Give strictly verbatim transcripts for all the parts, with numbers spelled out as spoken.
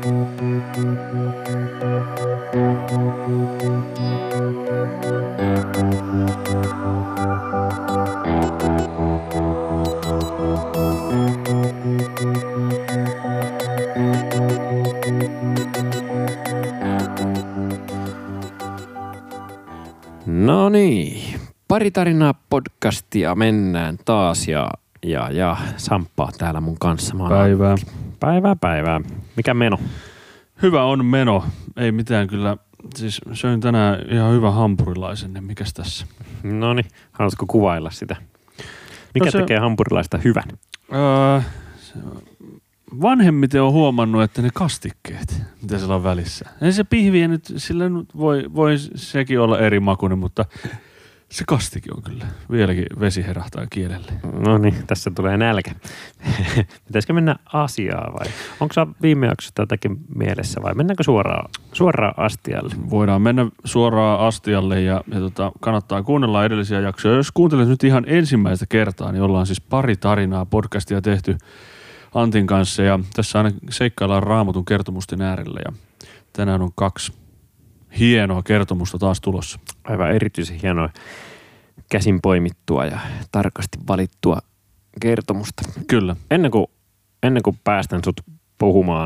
No niin, pari tarinaa podcastia mennään taas ja, ja, ja Samppa täällä mun kanssa. Päivää. Päivää, päivää. Mikä meno? Hyvä on meno. Ei mitään kyllä. Siis söin tänään ihan hyvän hampurilaisen, niin mikäs tässä? No niin, haluatko kuvailla sitä? Mikä no se, tekee hampurilaista hyvän? Öö, vanhemmiten on huomannut, että ne kastikkeet, mitä siellä on välissä. Ei se pihviä nyt, sillä nyt voi, voi sekin olla eri makuinen, mutta se kastike on kyllä. Vieläkin vesi herahtaa kielelle. No niin, tässä tulee nälkä. Pitäisikö mennä asiaan vai? Onko sä viime jaksosta jotakin mielessä vai mennäänkö suoraan, suoraan astialle? Voidaan mennä suoraan astialle ja, ja tota, kannattaa kuunnella edellisiä jaksoja. Jos kuuntelet nyt ihan ensimmäistä kertaa, niin ollaan siis pari tarinaa podcastia tehty Antin kanssa ja tässä aina seikkaillaan Raamatun kertomusten äärellä ja tänään on kaksi hienoa kertomusta taas tulossa. Aivan erityisen hienoa käsin poimittua ja tarkasti valittua kertomusta. Kyllä. Ennen kuin, ennen kuin päästän sut puhumaan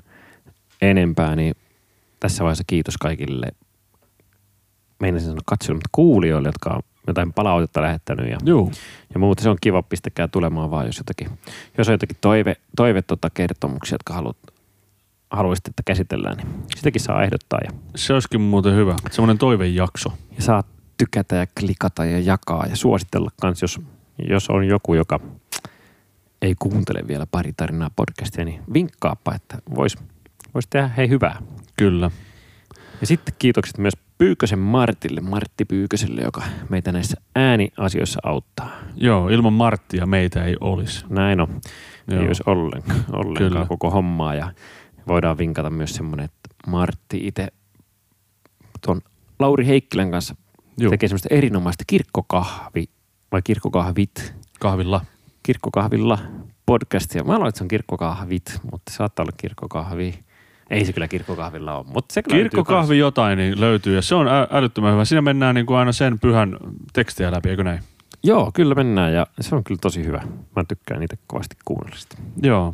enempää, niin tässä vaiheessa kiitos kaikille, meinasin sanoa katsojille, mutta kuulijoille, jotka on jotain palautetta lähettänyt ja, Joo. ja muuta. Se on kiva, pistäkää tulemaan vaan, jos jotakin, jos on jotakin toive, toive tota kertomuksia, jotka haluat, haluaisit, että käsitellään, niin sitäkin saa ehdottaa. Ja, Se olisikin muuten hyvä. Semmoinen toivejakso. ja saa tykätä ja klikata ja jakaa ja suositella kans, jos, jos on joku, joka ei kuuntele vielä pari tarinaa podcastia, niin vinkkaappa, että vois, vois tehdä hei hyvää. Kyllä. Ja sitten kiitokset myös Pyykösen Martille, Martti Pyyköselle, joka meitä näissä ääniasioissa auttaa. Joo, ilman Marttia meitä ei olisi. Näin on. Joo. Ei olisi ollenkaan, ollenkaan Kyllä. koko hommaa. Ja voidaan vinkata myös semmoinen, että Martti itse tuon Lauri Heikkilän kanssa Joo. tekee semmoista erinomaista kirkkokahvi, vai kirkkokahvit, Kahvilla. kirkkokahvilla podcastia. Mä aloin, että se on kirkkokahvit, mutta se saattaa olla kirkkokahvi. Ei se kyllä kirkkokahvilla ole, mutta se kyllä Kirkkokahvi jotain niin löytyy ja se on ä- älyttömän hyvä. Siinä mennään niin kuin aina sen pyhän tekstiä läpi, eikö näin? Joo, kyllä mennään ja se on kyllä tosi hyvä. Mä tykkään niitä kovasti kuunnella sitä. Joo.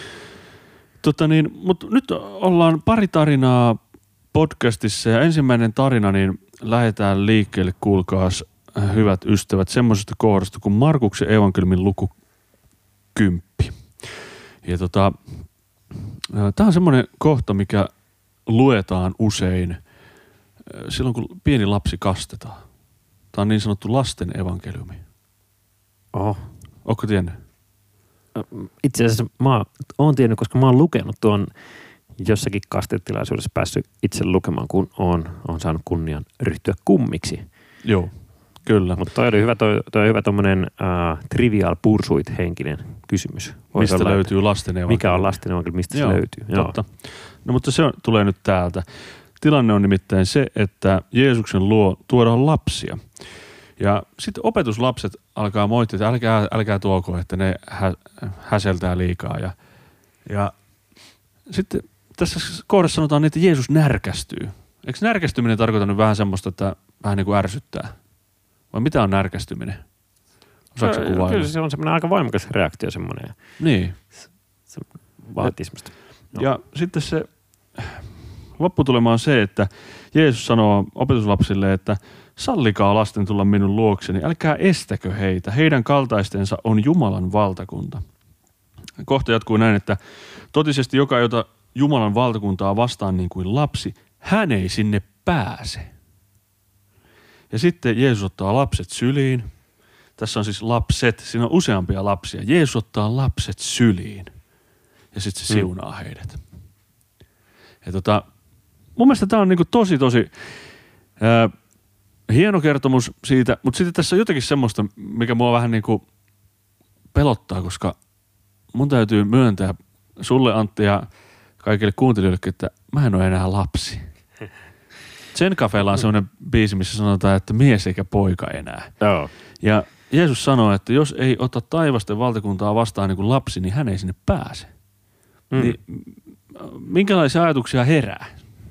Tota niin, mutta nyt ollaan pari tarinaa podcastissa ja ensimmäinen tarina, niin lähdetään liikkeelle, kuulkaas hyvät ystävät, semmoisesta kohdasta kuin Markuksen evankeliumin luku kymppi. Ja tota, tämä on semmoinen kohta, mikä luetaan usein silloin, kun pieni lapsi kastetaan. Tämä on niin sanottu lasten evankeliumi. Oho. Ootko tiennyt? Itse asiassa mä oon tiennyt, koska mä oon lukenut tuon jossakin kastetilaisuudessa päässyt itse lukemaan, kun oon, oon saanut kunnian ryhtyä kummiksi. Joo, kyllä. Mutta toi oli hyvä, toi, toi on hyvä tommonen uh, trivial pursuit henkinen kysymys. Voisi Mistä olla, löytyy lasten evankeliumi? mikä on lasten evankeliumi, mistä Joo, se löytyy? Totta. No mutta se on, tulee nyt täältä. Tilanne on nimittäin se, että Jeesuksen luo tuodaan lapsia. Ja sitten opetuslapset alkaa moittia, että älkää, älkää tuoko, että ne hä, häseltää liikaa. Ja, ja sitten tässä kohdassa sanotaan, että Jeesus närkästyy. Eikö närkästyminen tarkoita nyt vähän semmoista, että vähän niin kuin ärsyttää? Vai mitä on närkästyminen? Osaatko sä kuvailla? Kyllä se on semmoinen aika voimakas reaktio semmoinen. Niin. Se vaatii semmoista. Ja sitten se lopputulema on se, että Jeesus sanoo opetuslapsille, että sallikaa lasten tulla minun luokseni, älkää estäkö heitä. Heidän kaltaistensa on Jumalan valtakunta. Kohta jatkuu näin, että totisesti joka, jota Jumalan valtakuntaa vastaan niin kuin lapsi, hän ei sinne pääse. Ja sitten Jeesus ottaa lapset syliin. Tässä on siis lapset, siinä on useampia lapsia. Jeesus ottaa lapset syliin ja sitten se siunaa hmm. heidät. Ja tota, mun mielestä tämä on niinku tosi, tosi ää, hieno kertomus siitä, mutta sitten tässä on jotakin semmoista, mikä mua vähän niinku pelottaa, koska mun täytyy myöntää sulle, Antti, ja kaikille kuuntelijoillekin, että mä en ole enää lapsi. Sen Cafeella on semmoinen biisi, missä sanotaan, että mies eikä poika enää. Joo. Ja Jeesus sanoo, että jos ei ota taivasten valtakuntaa vastaan niin kuin lapsi, niin hän ei sinne pääse. Mm. Niin, minkälaisia ajatuksia herää?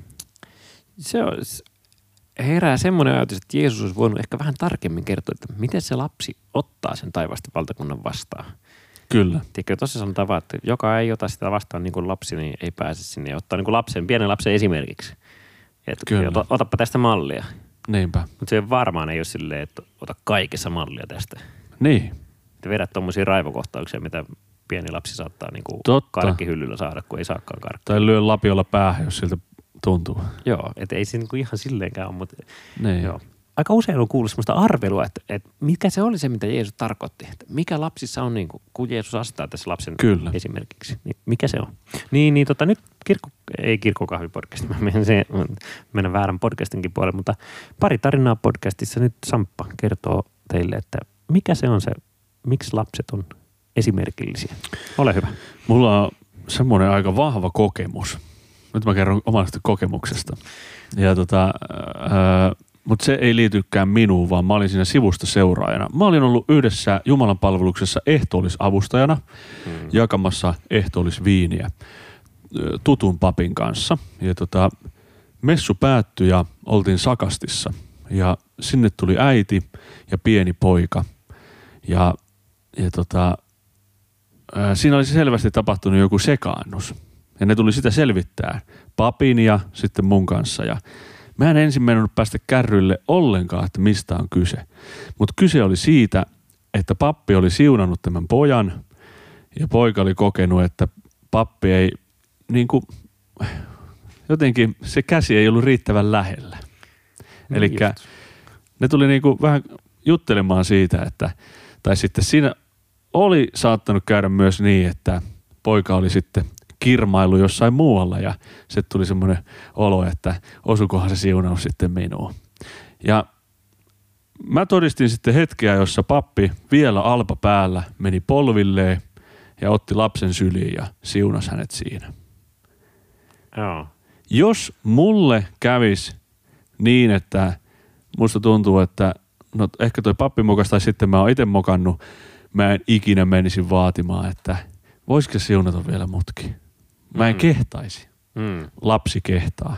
Se on, herää semmoinen ajatus, että Jeesus olisi voinut ehkä vähän tarkemmin kertoa, että miten se lapsi ottaa sen taivasten valtakunnan vastaan. Kyllä. Tiedätkö, tuossa sanotaan vaan, että joka ei ota sitä vastaan niin kuin lapsi, niin ei pääse sinne. Ja ottaa niin kuin lapsen, pienen lapsen esimerkiksi. Että Kyllä. Ota, otapa tästä mallia. Niinpä. Mutta se varmaan ei ole silleen, että ota kaikessa mallia tästä. Niin. Että vedät tommosia raivokohtauksia, mitä pieni lapsi saattaa niin kuin karkkihyllyllä saada, kun ei saakaan karkkia. Tai lyö lapiolla päähän, jos siltä tuntuu. Joo, että ei se niin kuin ihan silleenkään ole, mutta Niin. joo. Aika usein on kuullut sellaista arvelua, että, että mikä se oli se, mitä Jeesus tarkoitti. Että mikä lapsissa on, niin kuin, kun Jeesus astaa tässä lapsen Kyllä. esimerkiksi. Niin mikä se on? Niin, niin tota, nyt kirkko, ei kirkkokahvipodcast, mä menen, se, menen väärän podcastinkin puolelle, mutta pari tarinaa podcastissa nyt Samppa kertoo teille, että mikä se on se, miksi lapset on esimerkillisiä. Ole hyvä. Mulla on semmoinen aika vahva kokemus. Nyt mä kerron omasta kokemuksesta. Ja tota, ää, mutta se ei liitykään minuun, vaan mä olin siinä sivusta seuraajana. Mä olin ollut yhdessä Jumalan palveluksessa ehtoollisavustajana hmm. jakamassa ehtoollisviiniä tutun papin kanssa. Ja tota, messu päättyi ja oltiin sakastissa. Ja sinne tuli äiti ja pieni poika. Ja, ja tota, ää, siinä olisi selvästi tapahtunut joku sekaannus. Ja ne tuli sitä selvittää papin ja sitten mun kanssa. Ja mä en ensin mennyt päästä kärryille ollenkaan, että mistä on kyse. Mutta kyse oli siitä, että pappi oli siunannut tämän pojan ja poika oli kokenut, että pappi ei niin kuin, jotenkin se käsi ei ollut riittävän lähellä. Niin Elikkä ne tuli niin kuin vähän juttelemaan siitä, että tai sitten siinä oli saattanut käydä myös niin, että poika oli sitten kirmailu jossain muualla ja se tuli semmoinen olo, että osukohan se siunaus sitten minuun. Ja mä todistin sitten hetkeä, jossa pappi vielä alpa päällä meni polvilleen ja otti lapsen syliin ja siunasi hänet siinä. Joo. Jos mulle kävisi niin, että musta tuntuu, että no ehkä toi pappi mokas tai sitten mä oon itse mokannut, mä en ikinä menisi vaatimaan, että voisiko siunata vielä mutkin. Mä en mm. kehtaisi. Mm. Lapsi kehtaa.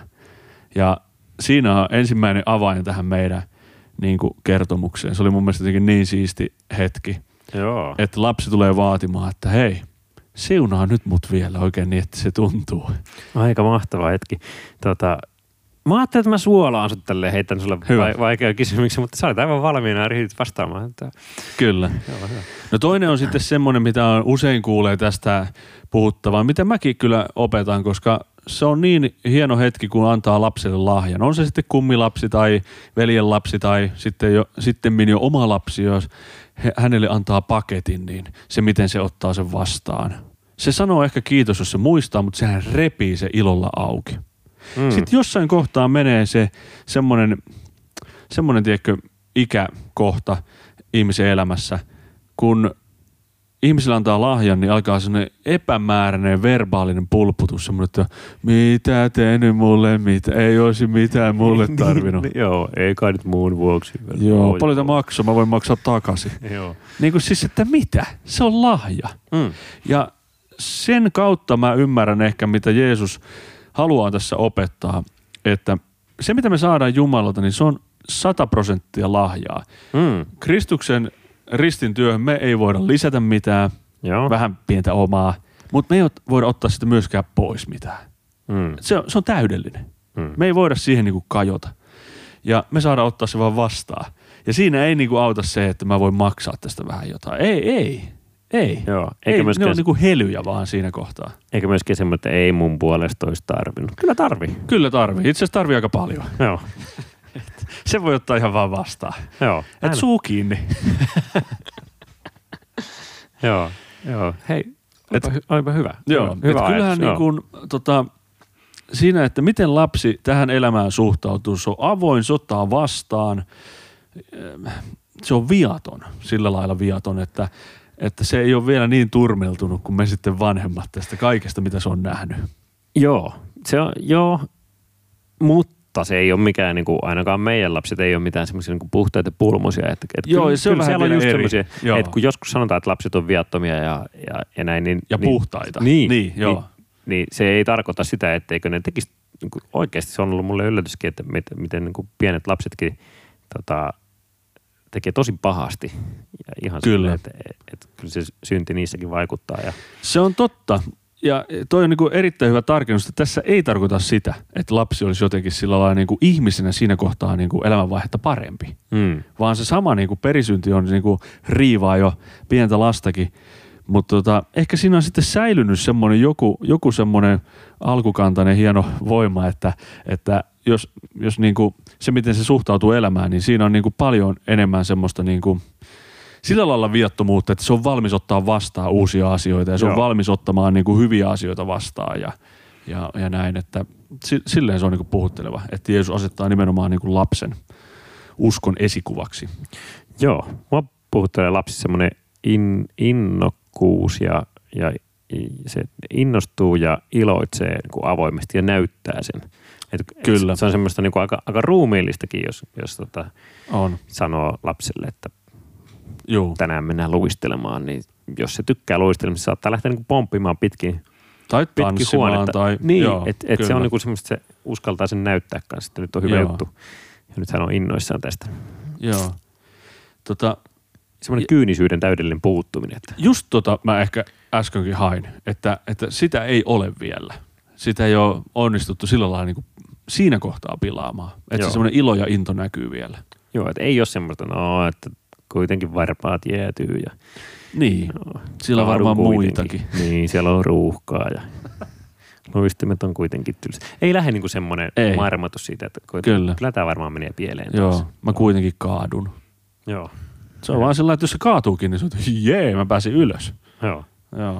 Ja siinä on ensimmäinen avain tähän meidän niin kuin kertomukseen. Se oli mun mielestä jotenkin niin siisti hetki, Joo. että lapsi tulee vaatimaan, että hei, siunaa nyt mut vielä oikein niin, että se tuntuu. Aika mahtava hetki. Tota, mä ajattelin, että mä suolaan sut tälleen, heitän sulle va- vaikea kysymyksen, mutta sä olit aivan valmiina ja ryhdyt vastaamaan. Että... Kyllä. Joo, hyvä. No toinen on sitten semmoinen, mitä on usein kuulee tästä puhuttavaa, mitä mäkin kyllä opetan, koska se on niin hieno hetki, kun antaa lapselle lahjan. On se sitten kummilapsi tai veljen lapsi tai sitten jo, sitten jo oma lapsi, jos he, hänelle antaa paketin, niin se miten se ottaa sen vastaan. Se sanoo ehkä kiitos, jos se muistaa, mutta sehän repii se ilolla auki. Mm. Sitten jossain kohtaa menee se semmoinen, semmoinen tiedätkö, ikäkohta ihmisen elämässä, kun ihmisillä antaa lahjan, niin alkaa semmoinen epämääräinen verbaalinen pulputus, semmoinen, että mitä tehnyt mulle, mitä, ei olisi mitään mulle tarvinnut. Joo, ei kai nyt muun vuoksi. Joo, paljon tämä maksoi, mä voin maksaa takaisin. Joo. Niin kuin siis, että mitä? Se on lahja. Mm. Ja sen kautta mä ymmärrän ehkä, mitä Jeesus haluaa tässä opettaa, että se, mitä me saadaan Jumalalta, niin se on sata prosenttia lahjaa. Mm. Kristuksen ristin työhön me ei voida lisätä mitään, Joo. vähän pientä omaa, mutta me ei voida ottaa sitä myöskään pois mitään. Mm. Se, on, se on täydellinen. Mm. Me ei voida siihen niinku kajota. Ja me saadaan ottaa se vaan vastaan. Ja siinä ei niinku auta se, että mä voin maksaa tästä vähän jotain. Ei, ei. Ei. Joo. Eikä ei myöskään... ne on niinku helyjä vaan siinä kohtaa. Eikä myöskään semmoinen, että ei mun puolesta olisi tarvinnut. Kyllä tarvii. Kyllä tarvii. Itse asiassa tarvii aika paljon. Joo. Se voi ottaa ihan vaan vastaan. Joo. Et suu kiinni. Joo. Joo. Hei, olipa, hy- olipa hyvä. Joo. Hyvä et kyllähän niin kuin, tota, siinä, että miten lapsi tähän elämään suhtautuu, se on avoin, se ottaa vastaan. Se on viaton, sillä lailla viaton, että, että se ei ole vielä niin turmeltunut kuin me sitten vanhemmat tästä kaikesta, mitä se on nähnyt. Joo. Se on, joo, mutta se ei ole mikään, niin kuin, ainakaan meidän lapset ei ole mitään semmoisia niin puhtaita pulmusia. Että, että Joo, kyllä, se on vähän on just eri. Että kun joskus sanotaan, että lapset on viattomia ja, ja, ja näin. Niin, ja niin, puhtaita. Niin, niin, joo. Niin, niin se ei tarkoita sitä, etteikö ne tekisi, niin kuin oikeasti se on ollut mulle yllätyskin, että miten, miten niin kuin pienet lapsetkin tota, tekee tosi pahasti. Ja ihan kyllä. Sille, että, että kyllä se synti niissäkin vaikuttaa. Ja... Se on totta. Ja toi on niin kuin erittäin hyvä tarkennus, että tässä ei tarkoita sitä, että lapsi olisi jotenkin sillä lailla niin kuin ihmisenä siinä kohtaa niin kuin elämänvaihetta parempi. Mm. Vaan se sama niin kuin perisynti on niin kuin riivaa jo pientä lastakin. Mutta tota, ehkä siinä on sitten säilynyt semmoinen joku, joku semmoinen alkukantainen hieno voima, että, että jos, jos niin kuin se, miten se suhtautuu elämään, niin siinä on niin kuin paljon enemmän semmoista niin kuin sillä lailla viattomuutta, että se on valmis ottaa vastaan uusia asioita ja se Joo. on valmis ottamaan niin kuin hyviä asioita vastaan ja, ja, ja näin, että silleen se on niin kuin puhutteleva, että Jeesus asettaa nimenomaan niin kuin lapsen uskon esikuvaksi. Joo, mua puhuttelee lapsi semmoinen in, innokkuus ja, ja se innostuu ja iloitsee niin kuin avoimesti ja näyttää sen. Et, Kyllä. Et se on semmoista niin kuin aika, aika ruumiillistakin, jos, jos tota on. sanoo lapselle, että Joo. tänään mennään luistelemaan, niin jos se tykkää luistelemaan, se saattaa lähteä niin kuin pomppimaan pitkin, tai tanssimaan. Tai, niin, että et se on niin kuin semmoista, että se uskaltaa sen näyttää kanssa, että nyt on hyvä Joo. juttu. Ja nyt hän on innoissaan tästä. Joo. Tota, semmoinen ja, kyynisyyden täydellinen puuttuminen. Että. Just tota mä ehkä äskenkin hain, että, että sitä ei ole vielä. Sitä ei ole onnistuttu sillä lailla niin kuin siinä kohtaa pilaamaan. Että Joo. se semmoinen ilo ja into näkyy vielä. Joo, että ei ole semmoista, no, että kuitenkin varpaat jäätyy ja niin, no, siellä on varmaan kuitenkin. Muitakin. Niin, siellä on ruuhkaa ja luistimet on kuitenkin tylsä. Ei lähde niinku semmoinen marmatus siitä, että kyllä. kyllä tämä varmaan menee pieleen. Joo, taas. mä kuitenkin kaadun. Joo. Se on ja. vaan sellainen, että jos se kaatuukin, niin se on, että jee, mä pääsin ylös. Joo. Joo.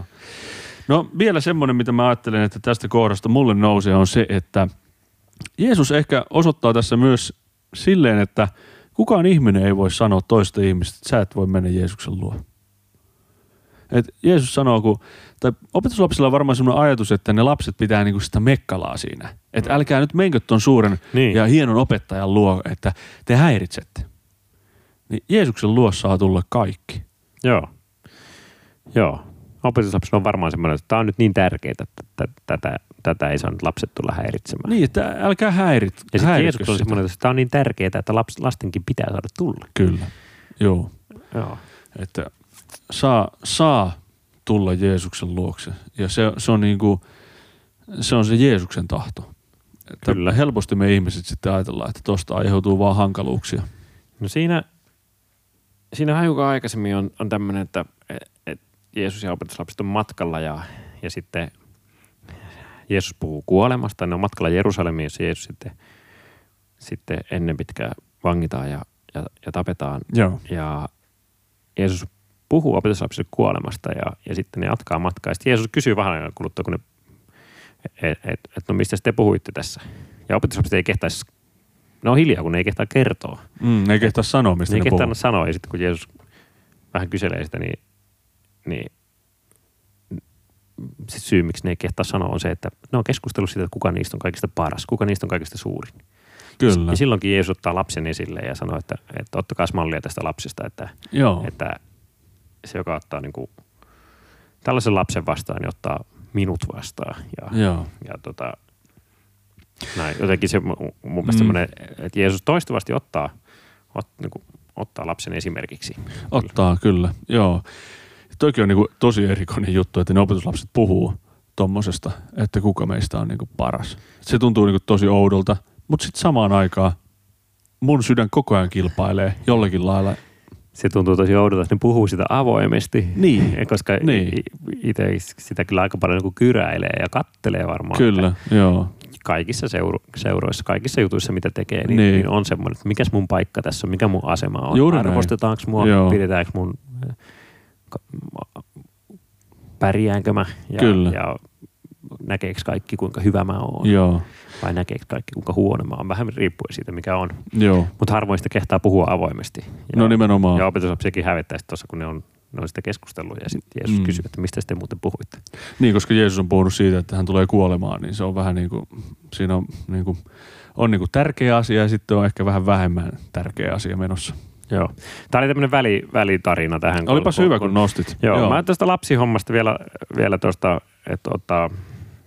No vielä semmoinen, mitä mä ajattelen, että tästä kohdasta mulle nousee, on se, että Jeesus ehkä osoittaa tässä myös silleen, että kukaan ihminen ei voi sanoa toista ihmistä, että sä et voi mennä Jeesuksen luo. Et Jeesus sanoo, kun, tai opetuslapsilla on varmaan sellainen ajatus, että ne lapset pitää niinku sitä mekkalaa siinä. Että älkää nyt menkö ton suuren niin. ja hienon opettajan luo, että te häiritsette. Niin Jeesuksen luo saa tulla kaikki. Joo. Joo. Opetuslapsilla on varmaan semmoinen, että tämä on nyt niin tärkeää, että tätä, tätä ei saa nyt lapset tulla häiritsemään. Niin, että älkää häirit. Ja sitten Jeesus on semmoinen, että tämä on niin tärkeää, että laps, lastenkin pitää saada tulla. Kyllä. Joo. Joo. Että saa, saa tulla Jeesuksen luokse. Ja se, se on niin kuin, se on se Jeesuksen tahto. Että Kyllä. helposti me ihmiset sitten ajatellaan, että tosta aiheutuu vaan hankaluuksia. No siinä, siinä hiukan aikaisemmin on, on tämmöinen, että et Jeesus ja opetuslapset on matkalla ja, ja sitten Jeesus puhuu kuolemasta. Ne on matkalla Jerusalemiin, jossa Jeesus sitten, sitten ennen pitkää vangitaan ja, ja, ja tapetaan. Joo. Ja Jeesus puhuu opetuslapsille kuolemasta ja, ja sitten ne jatkaa matkaa. Ja sitten Jeesus kysyy vähän ajan kuluttua, kun ne, että et, et, no mistä te puhuitte tässä? Ja opetuslapset ei kehtaisi, ne on hiljaa, kun ne ei kehtaa kertoa. Mm, ne ei kehtaa sanoa, mistä ne, ne puhuu. Ne ei kehtaa sanoa ja sitten kun Jeesus vähän kyselee sitä, niin, niin se syy, miksi ne ei kehtaa sanoa on se, että ne on keskustellut siitä, että kuka niistä on kaikista paras, kuka niistä on kaikista suurin. Kyllä. Ja silloinkin Jeesus ottaa lapsen esille ja sanoo, että, että ottakaa mallia tästä lapsesta, että, että se, joka ottaa niin kuin tällaisen lapsen vastaan, niin ottaa minut vastaan. Ja, Joo. ja tota, näin. Jotenkin se mun mielestä mm. semmoinen, että Jeesus toistuvasti ottaa, ot, niin kuin, ottaa lapsen esimerkiksi. Ottaa, kyllä. Joo. Toki on niin kuin tosi erikoinen juttu, että ne opetuslapset puhuu tommosesta, että kuka meistä on niin kuin paras. Se tuntuu niin kuin tosi oudolta, mutta sitten samaan aikaan mun sydän koko ajan kilpailee jollakin lailla. Se tuntuu tosi oudolta, että ne puhuu sitä avoimesti. Niin. Koska niin. itse sitä kyllä aika paljon niin kuin kyräilee ja kattelee varmaan. Kyllä, joo. Kaikissa seuro- seuroissa, kaikissa jutuissa, mitä tekee, niin, niin. niin on semmoinen, että mikäs mun paikka tässä on, mikä mun asema on. Juuri arvostetaanko mua, joo. pidetäänkö mun, pärjäänkö mä ja, Kyllä. ja näkeekö kaikki, kuinka hyvä mä oon. Joo. Vai näkeekö kaikki, kuinka huono mä oon. Vähän riippuen siitä, mikä on. Joo. Mutta harvoin sitä kehtaa puhua avoimesti. Ja, no nimenomaan. Ja opetuslapsiakin hävettäisi tuossa, kun ne on, ne on sitä keskustelua ja sitten Jeesus mm. kysyy, että mistä te muuten puhuitte. Niin, koska Jeesus on puhunut siitä, että hän tulee kuolemaan, niin se on vähän niin kuin, siinä on, niin kuin, on niin kuin tärkeä asia ja sitten on ehkä vähän vähemmän tärkeä asia menossa. Joo. Tämä oli tämmöinen väli, välitarina tähän. Olipas kun, hyvä, kun nostit. Joo, joo. Mä tuosta lapsihommasta vielä, vielä tuosta, että ottaa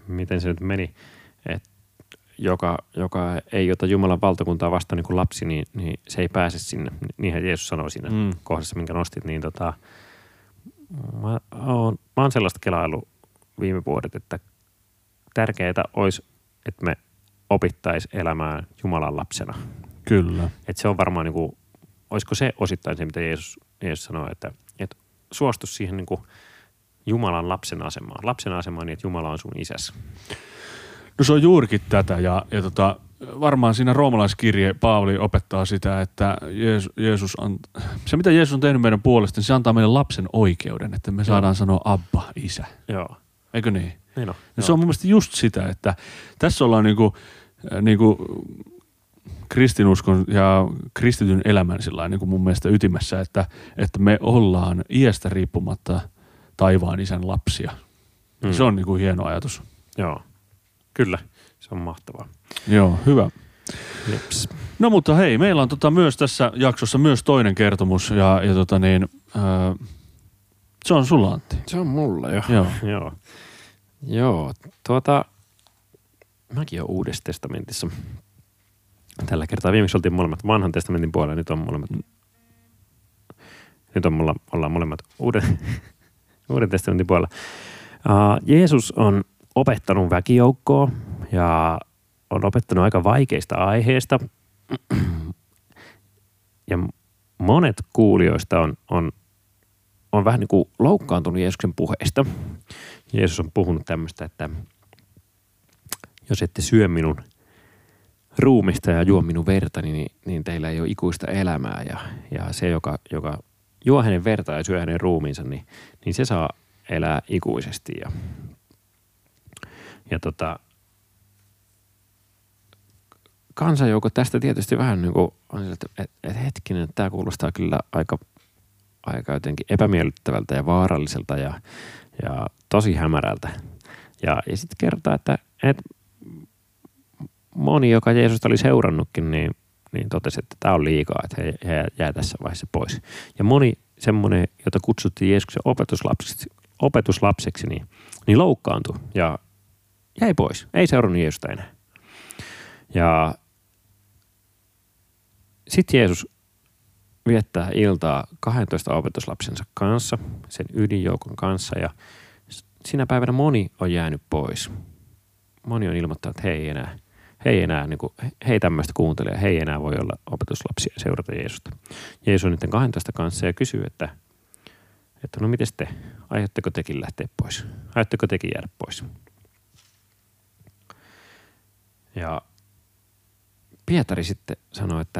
miten se nyt meni, että joka, joka ei ota Jumalan valtakuntaa vastaan niin kuin lapsi, niin, niin se ei pääse sinne. Niinhän Jeesus sanoi siinä mm. kohdassa, minkä nostit. Niin tota, mä, oon, mä oon sellaista kelaillut viime vuodet, että tärkeää olisi, että me opittaisiin elämään Jumalan lapsena. Kyllä. Että se on varmaan, niin kuin, olisiko se osittain se, mitä Jeesus, Jeesus sanoi, että, että suostu siihen niin kuin Jumalan lapsen asemaan. Lapsen asemaan niin, että Jumala on sun isässä. No se on juurikin tätä ja, ja tota, varmaan siinä roomalaiskirje Paavali opettaa sitä, että Jeesus, Jeesus on, se mitä Jeesus on tehnyt meidän puolesta, niin se antaa meille lapsen oikeuden, että me saadaan Joo. sanoa Abba, isä. Joo. Eikö niin? Niin on. Ja se on mun mielestä just sitä, että tässä ollaan niinku, niinku kristinuskon ja kristityn elämän sillain niinku mun mielestä ytimessä, että, että me ollaan iästä riippumatta taivaan isän lapsia. Mm. Se on niinku hieno ajatus. Joo. Kyllä, se on mahtavaa. Joo, hyvä. Jeps. No mutta hei, meillä on tota myös tässä jaksossa myös toinen kertomus ja, ja tota niin, ää, se on sulla, Antti. Se on mulla jo. Joo. Joo. Joo, tuota, mäkin olen Uudessa testamentissa. Tällä kertaa viimeksi oltiin molemmat vanhan testamentin puolella, nyt on molemmat, nyt on mulla, ollaan molemmat uuden, uuden testamentin puolella. Uh, Jeesus on opettanut väkijoukkoa ja on opettanut aika vaikeista aiheista. Ja monet kuulijoista on, on, on vähän niin kuin loukkaantunut Jeesuksen puheesta. Jeesus on puhunut tämmöistä, että jos ette syö minun ruumista ja juo minun vertani, niin, niin teillä ei ole ikuista elämää. Ja, ja se, joka, joka juo hänen vertaan ja syö hänen ruumiinsa, niin, niin se saa elää ikuisesti. Ja, ja tota, kansanjoukko tästä tietysti vähän niin kuin on sillä, että et, et hetkinen, että tämä kuulostaa kyllä aika, aika jotenkin epämiellyttävältä ja vaaralliselta ja, ja tosi hämärältä. Ja, ja sitten kertaa, että et moni, joka Jeesusta oli seurannutkin, niin, niin totesi, että tämä on liikaa, että he, he jää tässä vaiheessa pois. Ja moni semmoinen, jota kutsuttiin Jeesuksen opetuslapseksi, opetuslapseksi niin, niin loukkaantui ja jäi pois. Ei seurannut Jeesusta enää. Ja sitten Jeesus viettää iltaa kahdentoista opetuslapsensa kanssa, sen ydinjoukon kanssa, ja sinä päivänä moni on jäänyt pois. Moni on ilmoittanut, että he ei enää, he ei enää, niin kuin, he ei tämmöistä kuuntele, he ei enää voi olla opetuslapsia ja seurata Jeesusta. Jeesus on niiden kahdentoista kanssa ja kysyy, että, että no mites te, aiotteko tekin lähteä pois? Aiotteko tekin jäädä pois? Ja Pietari sitten sanoi, että,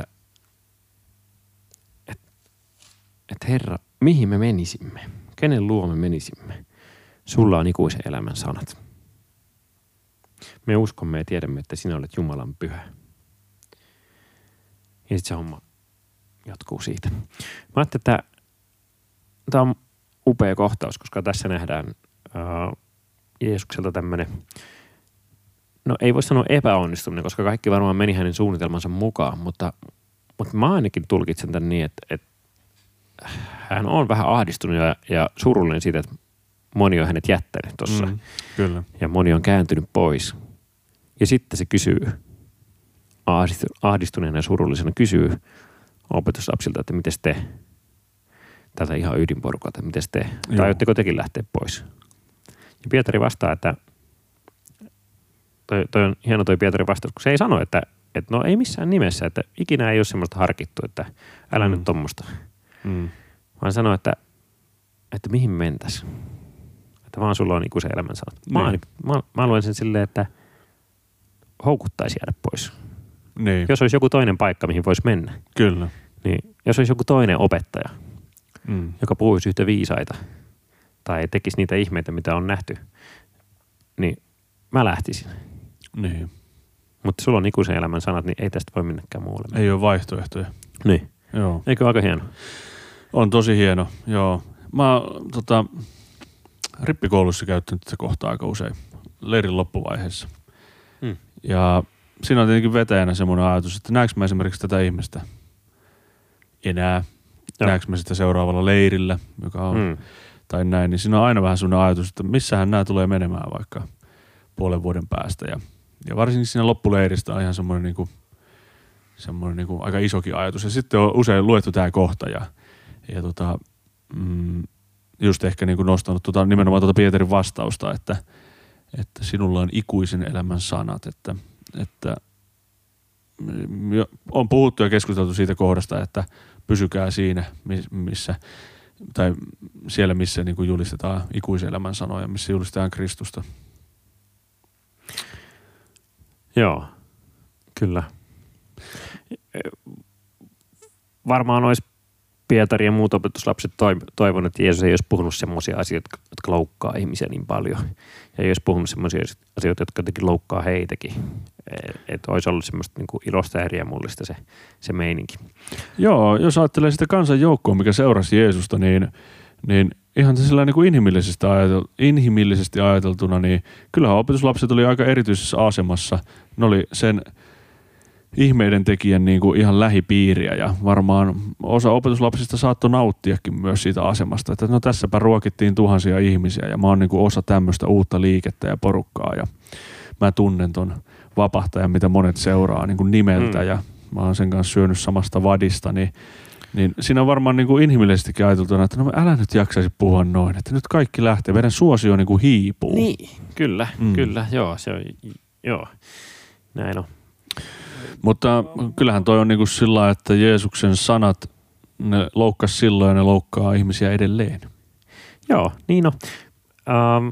että, että Herra, mihin me menisimme? Kenen luo me menisimme? Sulla on ikuisen elämän sanat. Me uskomme ja tiedämme, että sinä olet Jumalan pyhä. Ja sitten se homma jatkuu siitä. Mä ajattelin, että tämä on upea kohtaus, koska tässä nähdään uh, Jeesukselta tämmöinen, no ei voi sanoa epäonnistuminen, koska kaikki varmaan meni hänen suunnitelmansa mukaan, mutta, mutta mä ainakin tulkitsen tämän niin, että, että hän on vähän ahdistunut ja, ja surullinen siitä, että moni on hänet jättänyt tuossa. Mm, kyllä. Ja moni on kääntynyt pois. Ja sitten se kysyy, ahdistuneena ja surullisena kysyy opetuslapsilta, että miten te, tältä ihan ydinporukalta, miten te, Joo. tai aiotteko tekin lähteä pois. Ja Pietari vastaa, että toi, toi on hieno toi Pietarin vastaus, kun se ei sano, että, että no ei missään nimessä, että ikinä ei ole semmoista harkittu, että älä mm. nyt tommoista. Mm. Vaan sanoo, että, että mihin mentäisiin. Että vaan sulla on ikuisen elämän sanat. Mä, niin. mä, mä luen sen silleen, että houkuttaisi jäädä pois. Niin. Jos olisi joku toinen paikka, mihin voisi mennä. Kyllä. Niin, jos olisi joku toinen opettaja, mm. joka puhuisi yhtä viisaita tai tekisi niitä ihmeitä, mitä on nähty, niin mä lähtisin. Niin. Mutta sulla on ikuisen elämän sanat, niin ei tästä voi minnekään muulle. Ei ole vaihtoehtoja. Niin. Joo. Eikö ole aika hieno? On tosi hieno, joo. Mä tota, rippikoulussa käyttänyt tätä kohtaa aika usein leirin loppuvaiheessa. Mm. Ja siinä on tietenkin vetäjänä semmoinen ajatus, että näekö mä esimerkiksi tätä ihmistä enää, Joo. näekö mä sitä seuraavalla leirillä, joka on, mm. tai näin, niin siinä on aina vähän semmoinen ajatus, että missähän nämä tulee menemään vaikka puolen vuoden päästä. Ja, ja varsinkin siinä loppuleiristä on ihan semmoinen, niin kuin, semmoinen niin kuin aika isokin ajatus. Ja sitten on usein luettu tämä kohta ja, ja tota, mm, just ehkä niin kuin nostanut tota, nimenomaan tuota Pietarin vastausta, että, että sinulla on ikuisen elämän sanat, että, että on puhuttu ja keskusteltu siitä kohdasta, että pysykää siinä, missä, tai siellä, missä niin kuin julistetaan ikuisen elämän sanoja, missä julistetaan Kristusta. Joo, kyllä. Varmaan olisi Pietari ja muut opetuslapset toivonut, että Jeesus ei olisi puhunut semmoisia asioita, jotka loukkaa ihmisiä niin paljon. Ja ei olisi puhunut semmoisia asioita, jotka jotenkin loukkaa heitäkin. Että olisi ollut semmoista niin kuin ilosta ja riemullista se, se meininki. Joo, jos ajattelee sitä kansanjoukkoa, mikä seurasi Jeesusta, niin, niin ihan sillä niin kuin inhimillisesti, ajatel- inhimillisesti ajateltuna, niin kyllähän opetuslapset oli aika erityisessä asemassa. Ne oli sen ihmeiden tekijän niin kuin ihan lähipiiriä ja varmaan osa opetuslapsista saattoi nauttiakin myös siitä asemasta, että no tässäpä ruokittiin tuhansia ihmisiä ja mä oon niin kuin osa tämmöistä uutta liikettä ja porukkaa ja mä tunnen ton vapahtajan, mitä monet seuraa niin kuin nimeltä mm. ja mä oon sen kanssa syönyt samasta vadista, niin, niin siinä on varmaan niin kuin inhimillisestikin ajateltuna, että no älä nyt jaksaisi puhua noin, että nyt kaikki lähtee, meidän suosio niin kuin hiipuu. Niin, kyllä, mm. kyllä, joo, se on, joo, näin on. Mutta kyllähän toi on niin kuin sillä, että Jeesuksen sanat, ne loukkas silloin ja ne loukkaa ihmisiä edelleen. Joo, niin on. Ähm,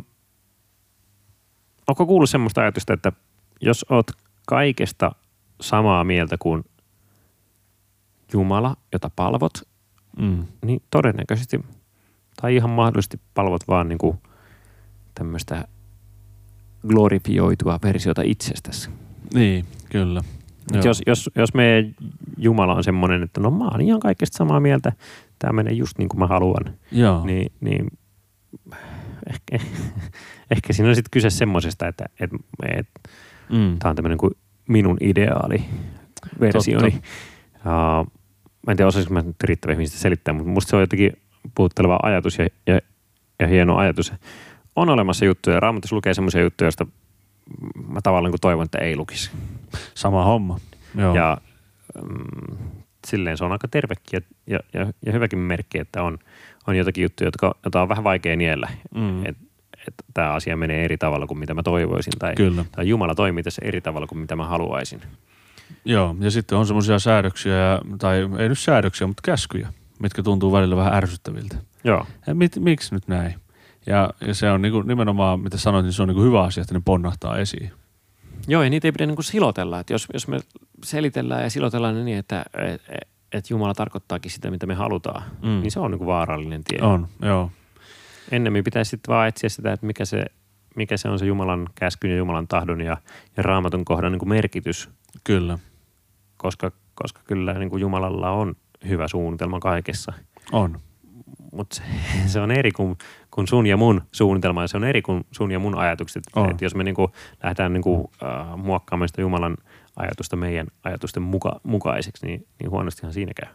onko kuullut semmoista ajatusta, että jos oot kaikesta samaa mieltä kuin Jumala, jota palvot, mm. niin todennäköisesti tai ihan mahdollisesti palvot vaan niin kuin tämmöistä glorifioitua versiota itsestäsi. Niin, kyllä. Jos, jos, jos meidän Jumala on semmoinen, että no mä oon ihan kaikesta samaa mieltä, tämä menee just niin kuin mä haluan, Joo. niin, niin ehkä, ehkä siinä on sitten kyse semmoisesta, että et, et, mm. tämä on tämmöinen kuin minun ideaali versioni. Uh, mä en tiedä, osaisinko mä nyt riittävän hyvin sitä selittää, mutta musta se on jotenkin puhutteleva ajatus ja, ja, ja hieno ajatus. On olemassa juttuja, Raamatussa lukee semmoisia juttuja, joista mä tavallaan kun toivon, että ei lukisi. Sama homma. Joo. Ja mm, silleen se on aika tervekin ja, ja, ja, ja hyväkin merkki, että on, on jotakin juttuja, jotka, jotka on vähän vaikea niellä. Mm. Että et tämä asia menee eri tavalla kuin mitä mä toivoisin. Tai, tai Jumala toimii tässä eri tavalla kuin mitä mä haluaisin. Joo, ja sitten on semmoisia säädöksiä, tai ei nyt säädöksiä, mutta käskyjä, mitkä tuntuu välillä vähän ärsyttäviltä. Joo. Ja mit, miksi nyt näin? Ja, ja se on niinku, nimenomaan, mitä sanoit, niin se on niinku hyvä asia, että ne ponnahtaa esiin. Joo, ja niitä ei pidä niinku silotella. Että jos, jos me selitellään ja silotellaan ne niin, että et, et Jumala tarkoittaakin sitä, mitä me halutaan, mm. niin se on niinku vaarallinen tie. On, joo. Ennemmin pitäisi sitten vaan etsiä sitä, että mikä se, mikä se on se Jumalan käskyn ja Jumalan tahdon ja, ja Raamatun kohdan niinku merkitys. Kyllä. Koska, koska kyllä niinku Jumalalla on hyvä suunnitelma kaikessa. On. Mutta se, se on eri kuin, kuin sun ja mun suunnitelma ja se on eri kuin sun ja mun ajatukset. Että jos me niinku lähdetään niinku, äh, muokkaamaan sitä Jumalan ajatusta meidän ajatusten muka, mukaiseksi, niin, niin huonostihan siinä käy.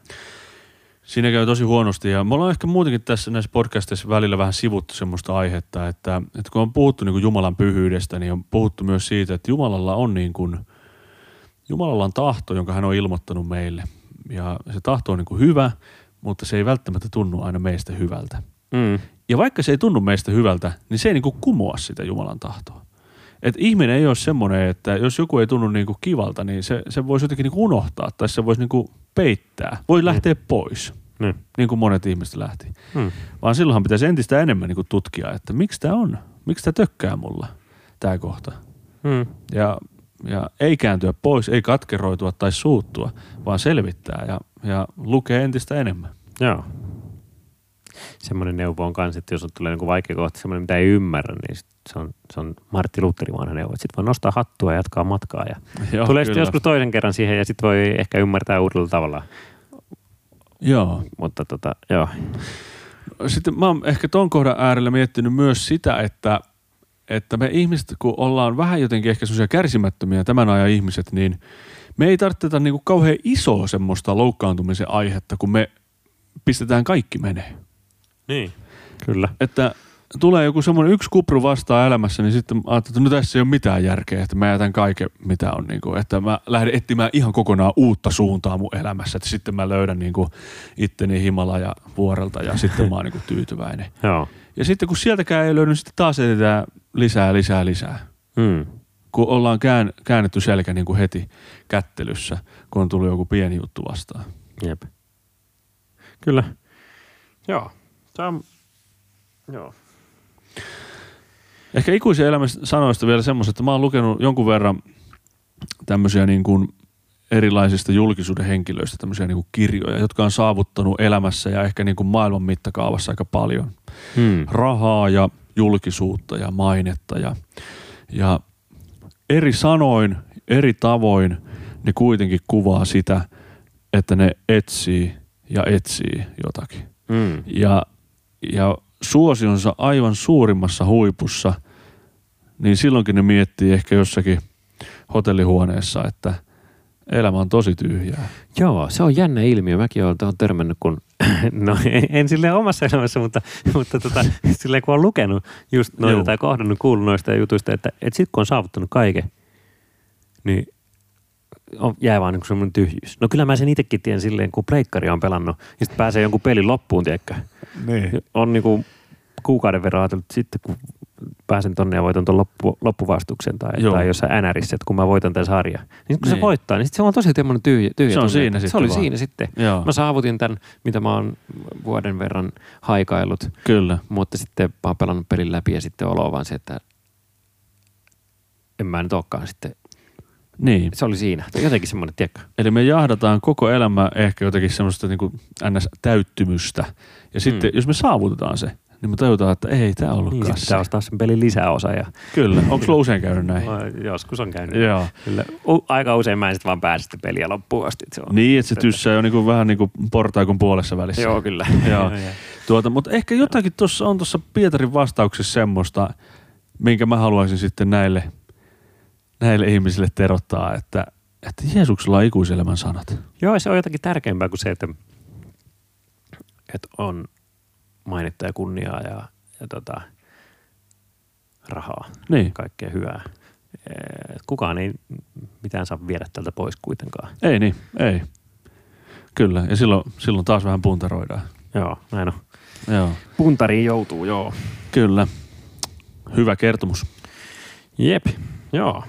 Siinä käy tosi huonosti ja me ollaan ehkä muutenkin tässä näissä podcasteissa välillä vähän sivuttu semmoista aihetta, että, että kun on puhuttu niin kuin Jumalan pyhyydestä, niin on puhuttu myös siitä, että Jumalalla on, niin kuin, Jumalalla on tahto, jonka hän on ilmoittanut meille ja se tahto on niin kuin hyvä, mutta se ei välttämättä tunnu aina meistä hyvältä. Mm. Ja vaikka se ei tunnu meistä hyvältä, niin se ei niin kuin kumoa sitä Jumalan tahtoa. Et ihminen ei ole semmoinen, että jos joku ei tunnu niin kuin kivalta, niin se, se voisi jotenkin niin kuin unohtaa tai se voisi niin kuin peittää. Voi lähteä mm. pois, mm. niin kuin monet ihmiset lähti. Mm. Vaan silloinhan pitäisi entistä enemmän niin kuin tutkia, että miksi tämä on, miksi tämä tökkää mulla, tämä kohta. Mm. Ja, ja ei kääntyä pois, ei katkeroitua tai suuttua, vaan selvittää ja, ja lukee entistä enemmän. Joo. Semmoinen neuvo on kanssa, että jos tulee niin vaikea kohta, semmoinen mitä ei ymmärrä, niin se on, se on Martti Lutherin vanha neuvo. Sitten voi nostaa hattua ja jatkaa matkaa. Ja joo, tulee sitten joskus toisen kerran siihen ja sitten voi ehkä ymmärtää uudella tavalla. Joo. Mutta tota, joo. Sitten mä oon ehkä ton kohdan äärellä miettinyt myös sitä, että, että me ihmiset, kun ollaan vähän jotenkin ehkä semmoisia kärsimättömiä tämän ajan ihmiset, niin me ei tarviteta niinku kauhean isoa semmoista loukkaantumisen aihetta, kun me pistetään kaikki menee. Niin, kyllä. Että tulee joku semmoinen yksi kupru vastaan elämässä, niin sitten ajattelin, että no tässä ei ole mitään järkeä, että mä jätän kaiken, mitä on, niin kuin, että mä lähden etsimään ihan kokonaan uutta suuntaa mun elämässä, että sitten mä löydän niin kuin itteni Himalaja vuorelta ja sitten mä oon niin kuin tyytyväinen. Joo. Ja sitten kun sieltäkään ei löydy, niin sitten taas etsitään lisää, lisää, lisää. Hmm. Kun ollaan kään, käännetty selkä niin kuin heti kättelyssä, kun on tullut joku pieni juttu vastaan. Jep. Kyllä. Joo. Tämä on... Joo. Ehkä ikuisen elämän sanoista vielä semmoista, että mä oon lukenut jonkun verran tämmöisiä niin kuin erilaisista julkisuuden henkilöistä tämmöisiä niin kuin kirjoja, jotka on saavuttanut elämässä ja ehkä niin kuin maailman mittakaavassa aika paljon Hmm. rahaa ja julkisuutta ja mainetta ja, ja eri sanoin, eri tavoin ne kuitenkin kuvaa sitä, että ne etsii ja etsii jotakin. Hmm. Ja, ja suosionsa aivan suurimmassa huipussa, niin silloinkin ne miettii ehkä jossakin hotellihuoneessa, että elämä on tosi tyhjää. Joo, se on jännä ilmiö. Mäkin olen tuohon törmännyt, kun, no en, en silleen omassa elämässä, mutta, mutta tota, silleen kun on lukenut just noita Joo. tai kohdannut, kuullut noista jutuista, että, että sit kun on saavuttanut kaiken, niin on, jää vaan niin semmoinen tyhjyys. No kyllä mä sen itsekin tiedän silleen, kun pleikkari on pelannut, ja sitten pääsee jonkun pelin loppuun, tiedätkö? Niin. On niinku kuukauden verran ajatellut, että sitten kun pääsen tonne ja voitan ton loppu, loppuvastuksen tai, tai jossain NRissä, että kun mä voitan tämän sarjan. Niin kun niin. se voittaa, niin sitten se on tosi tämmöinen tyhjä, tyhjä Se on tunne. siinä se sitten oli vaan. siinä sitten. Joo. Mä saavutin tämän, mitä mä oon vuoden verran haikaillut. Kyllä. Mutta sitten mä oon pelannut pelin läpi ja sitten olo vaan se, että en mä nyt olekaan sitten. Niin. Se oli siinä. Jotenkin semmoinen, tiedätkö? Eli me jahdataan koko elämä ehkä jotenkin semmoista niin kuin ns-täyttymystä. Ja sitten, mm. jos me saavutetaan se, niin me tajutaan, että ei tämä ollutkaan niin, se. Pitää ostaa sen pelin lisäosa. Ja... Kyllä. Onko sulla usein käynyt näin? Joskus on käynyt. Joo. Kyllä. U- aika usein mä en sitten vaan pääse sitä peliä loppuun asti. Että se on niin, että se tyssää jo niin kuin vähän niin kuin portaikon puolessa välissä. Joo, kyllä. Joo. Tuota, mutta ehkä jotakin tuossa on tuossa Pietarin vastauksessa semmoista, minkä mä haluaisin sitten näille, näille ihmisille terottaa, että, että Jeesuksella on ikuiselämän sanat. Joo, se on jotakin tärkeämpää kuin se, että, että on mainetta ja kunniaa ja, ja tota, rahaa. Niin. Kaikkea hyvää. Et kukaan ei mitään saa viedä tältä pois kuitenkaan. Ei niin, ei. Kyllä, ja silloin, silloin taas vähän puntaroidaan. Joo, näin on. Joo. Puntariin joutuu, joo. Kyllä. Hyvä kertomus. Jep, joo.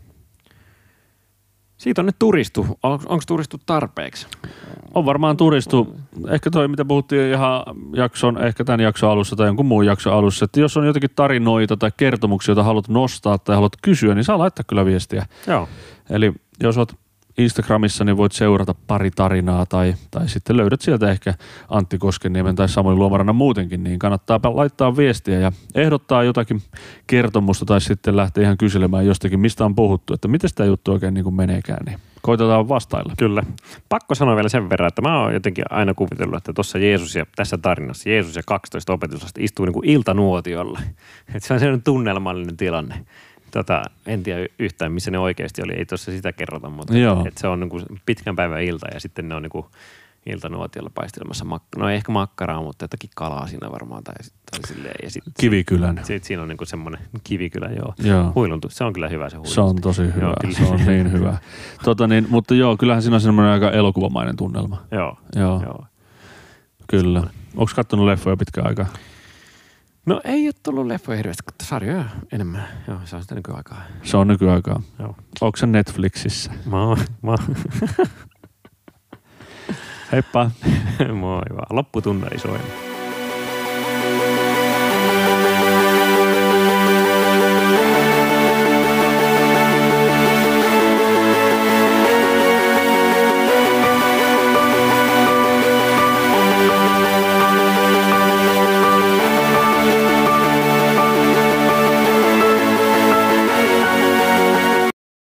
Siitä on nyt turistu. Onko turistu tarpeeksi? On varmaan turistu. Ehkä toi, mitä puhuttiin ihan jakson, ehkä tämän jakson alussa tai jonkun muun jakson alussa, että jos on jotakin tarinoita tai kertomuksia, joita haluat nostaa tai haluat kysyä, niin saa laittaa kyllä viestiä. Joo. Eli jos olet Instagramissa, niin voit seurata pari tarinaa tai, tai sitten löydät sieltä ehkä Antti Koskenniemen tai Samuli Luomarannan muutenkin, niin kannattaa laittaa viestiä ja ehdottaa jotakin kertomusta tai sitten lähteä ihan kyselemään jostakin, mistä on puhuttu, että miten tämä juttu oikein niin kuin meneekään, niin koitetaan vastailla. Kyllä. Pakko sanoa vielä sen verran, että mä oon jotenkin aina kuvitellut, että tuossa Jeesus ja tässä tarinassa Jeesus ja kaksitoista opetuslasta istuu niin kuin iltanuotiolla. Että se on sellainen tunnelmallinen tilanne. Tota, en tiedä yhtään, missä ne oikeasti oli. Ei tuossa sitä kerrota, mutta et se on niin kuin pitkän päivän ilta ja sitten ne on niin kuin iltanuotiolla paistelemassa mak- no ei ehkä makkaraa, mutta jotakin kalaa siinä varmaan. Tai, tai silleen. Ja sit, Kivikylän. Sitten siinä on niin kuin semmoinen kivikylä, joo. joo. Huiluntu. Se on kyllä hyvä se huiluntu. Se on tosi hyvä. Joo, se on niin hyvä. Tota niin, mutta joo, kyllähän siinä on semmoinen aika elokuvamainen tunnelma. Joo. Joo. joo. Kyllä. Onko kattonut leffoja pitkään aikaa? No ei ole tullut leffoja hirveästi, mutta sarjoja enemmän. Joo, se on sitä nykyaikaa. Se on nykyaikaa. Joo. Onko se Netflixissä? Mä oon. Mä Heippa. Moi vaan. Lopputunnari soima.